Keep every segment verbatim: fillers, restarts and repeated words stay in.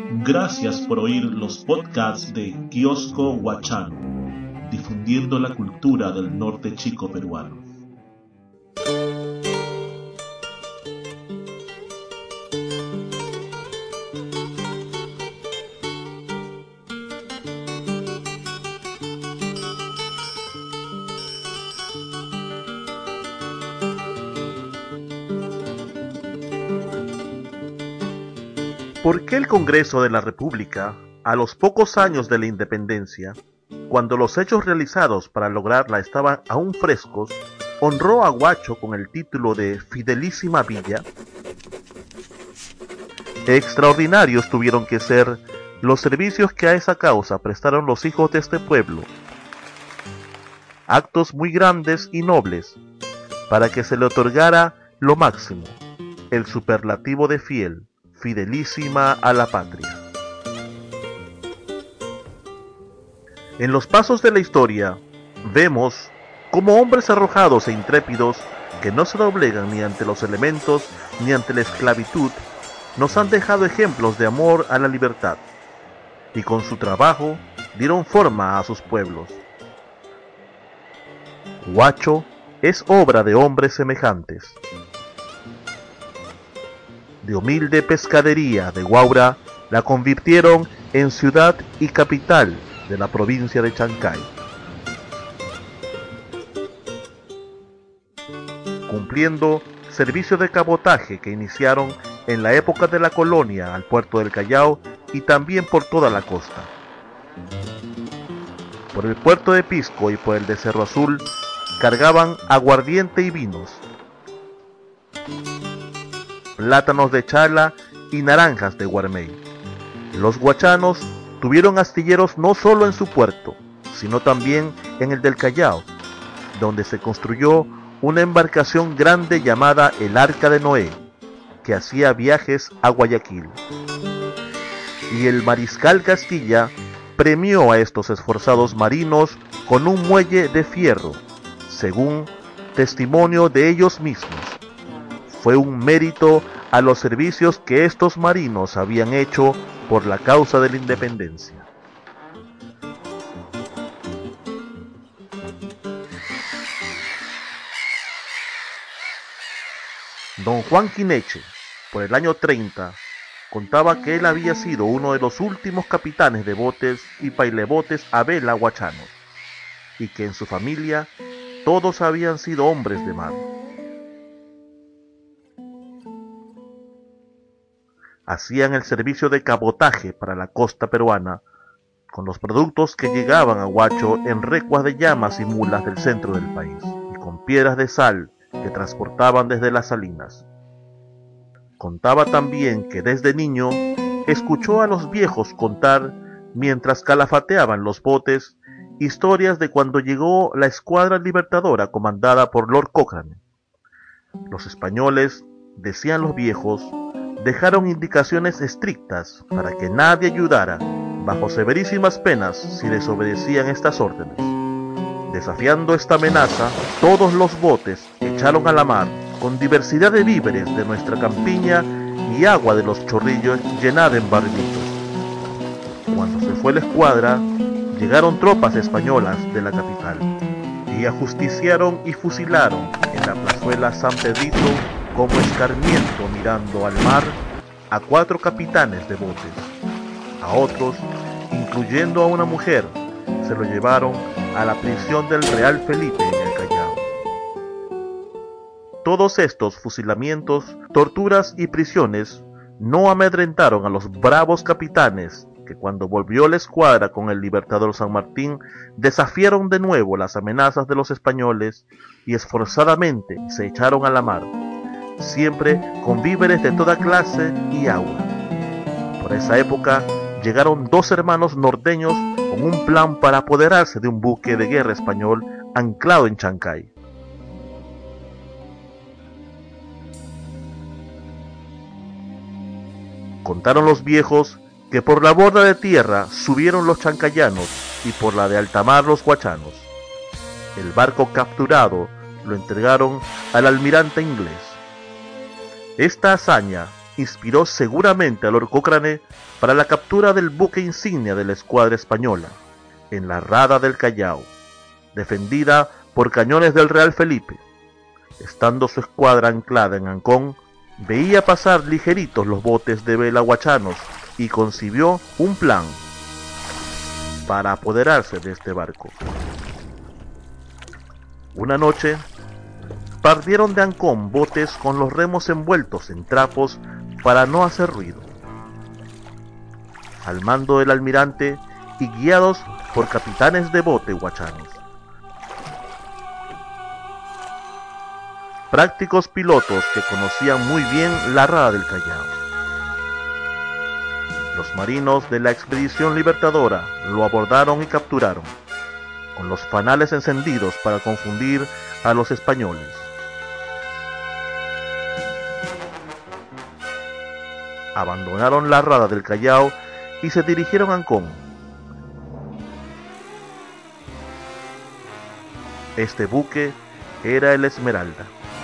Gracias por oír los podcasts de Kiosco Huachano, difundiendo la cultura del norte chico peruano. ¿Por qué el Congreso de la República, a los pocos años de la independencia, cuando los hechos realizados para lograrla estaban aún frescos, honró a Huacho con el título de Fidelísima Villa? Extraordinarios tuvieron que ser los servicios que a esa causa prestaron los hijos de este pueblo, actos muy grandes y nobles, para que se le otorgara lo máximo, el superlativo de fiel, fidelísima a la patria. En los pasos de la historia vemos cómo hombres arrojados e intrépidos que no se doblegan ni ante los elementos ni ante la esclavitud nos han dejado ejemplos de amor a la libertad y con su trabajo dieron forma a sus pueblos. Huacho es obra de hombres semejantes. De humilde pescadería de Huaura la convirtieron en ciudad y capital de la provincia de Chancay. Cumpliendo servicio de cabotaje que iniciaron en la época de la colonia al puerto del Callao y también por toda la costa. Por el puerto de Pisco y por el de Cerro Azul cargaban aguardiente y vinos, plátanos de Chala y naranjas de Guarmey. Los huachanos tuvieron astilleros no solo en su puerto, sino también en el del Callao, donde se construyó una embarcación grande llamada el Arca de Noé, que hacía viajes a Guayaquil. Y el mariscal Castilla premió a estos esforzados marinos con un muelle de fierro, según testimonio de ellos mismos. Fue un mérito a los servicios que estos marinos habían hecho por la causa de la independencia. Don Juan Quineche, por el año treinta, contaba que él había sido uno de los últimos capitanes de botes y pailebotes a vela huachanos, y que en su familia todos habían sido hombres de mar. Hacían el servicio de cabotaje para la costa peruana, con los productos que llegaban a Huacho en recuas de llamas y mulas del centro del país, y con piedras de sal que transportaban desde las salinas. Contaba también que desde niño escuchó a los viejos contar, mientras calafateaban los botes, historias de cuando llegó la escuadra libertadora comandada por Lord Cochrane. Los españoles, decían los viejos, dejaron indicaciones estrictas para que nadie ayudara, bajo severísimas penas si desobedecían estas órdenes. Desafiando esta amenaza, todos los botes echaron a la mar con diversidad de víveres de nuestra campiña y agua de los chorrillos llenada en barrilitos. Cuando se fue la escuadra, llegaron tropas españolas de la capital y ajusticiaron y fusilaron en la plazuela San Pedrito como escarmiento mirando al mar a cuatro capitanes de botes. A otros, incluyendo a una mujer, se lo llevaron a la prisión del Real Felipe en el Callao. Todos estos fusilamientos, torturas y prisiones no amedrentaron a los bravos capitanes que cuando volvió la escuadra con el libertador San Martín desafiaron de nuevo las amenazas de los españoles y esforzadamente se echaron a la mar, siempre con víveres de toda clase y agua. Por esa época llegaron dos hermanos norteños con un plan para apoderarse de un buque de guerra español anclado en Chancay. Contaron los viejos que por la borda de tierra subieron los chancayanos y por la de alta mar los huachanos. El barco capturado lo entregaron al almirante inglés. Esta hazaña inspiró seguramente a Lord Cochrane para la captura del buque insignia de la escuadra española, en la Rada del Callao, defendida por cañones del Real Felipe. Estando su escuadra anclada en Ancón, veía pasar ligeritos los botes de vela guachanos y concibió un plan para apoderarse de este barco. Una noche, partieron de Ancón botes con los remos envueltos en trapos para no hacer ruido. Al mando del almirante y guiados por capitanes de bote guachanos. Prácticos pilotos que conocían muy bien la Rada del Callao. Los marinos de la expedición libertadora lo abordaron y capturaron, con los fanales encendidos para confundir a los españoles. Abandonaron la Rada del Callao y se dirigieron a Ancón. Este buque era el Esmeralda.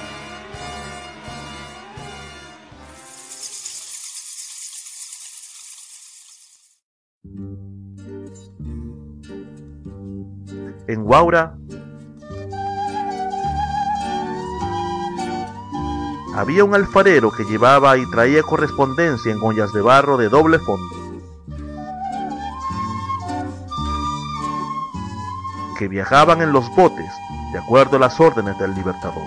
En Huaura había un alfarero que llevaba y traía correspondencia en ollas de barro de doble fondo, que viajaban en los botes de acuerdo a las órdenes del Libertador.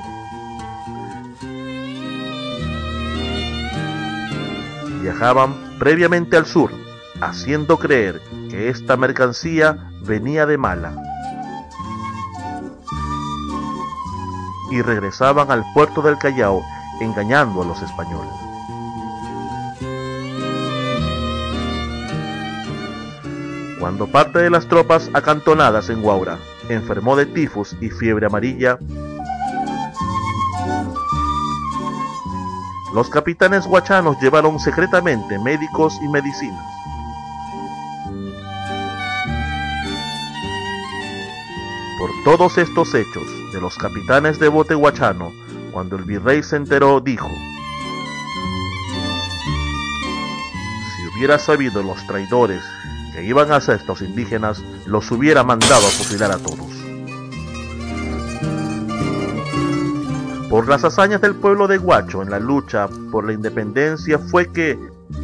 Viajaban previamente al sur, haciendo creer que esta mercancía venía de Mala, y regresaban al puerto del Callao engañando a los españoles. Cuando parte de las tropas acantonadas en Huaura enfermó de tifus y fiebre amarilla, los capitanes guachanos llevaron secretamente médicos y medicinas. Por todos estos hechos de los capitanes de bote guachano, cuando el virrey se enteró, dijo: si hubiera sabido los traidores que iban a hacer estos indígenas, los hubiera mandado a fusilar a todos. Por las hazañas del pueblo de Huacho en la lucha por la independencia fue que,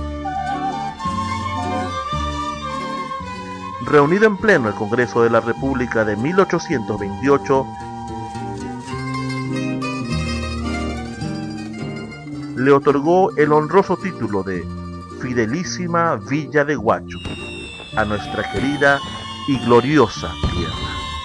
reunido en pleno el Congreso de la República de mil ochocientos veintiocho, le otorgó el honroso título de Fidelísima Villa de Huacho a nuestra querida y gloriosa tierra.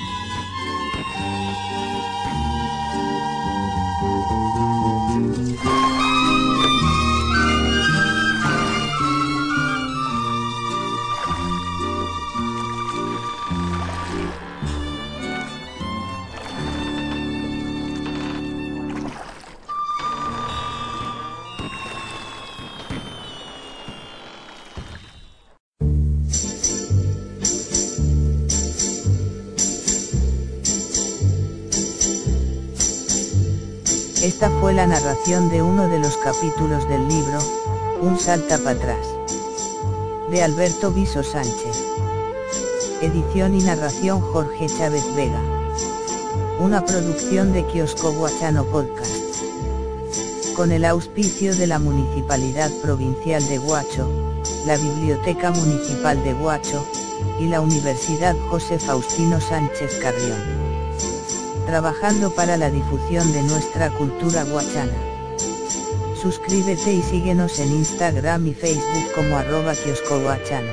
Esta fue la narración de uno de los capítulos del libro, Un salta para atrás, de Alberto Viso Sánchez. Edición y narración Jorge Chávez Vega. Una producción de Kiosco Guachano Podcast. Con el auspicio de la Municipalidad Provincial de Huacho, la Biblioteca Municipal de Huacho, y la Universidad José Faustino Sánchez Carrión. Trabajando para la difusión de nuestra cultura guachana. Suscríbete y síguenos en Instagram y Facebook como arroba kiosco guachano.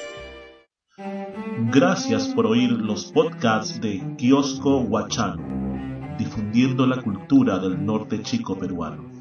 Gracias por oír los podcasts de Kiosco Guachano, difundiendo la cultura del norte chico peruano.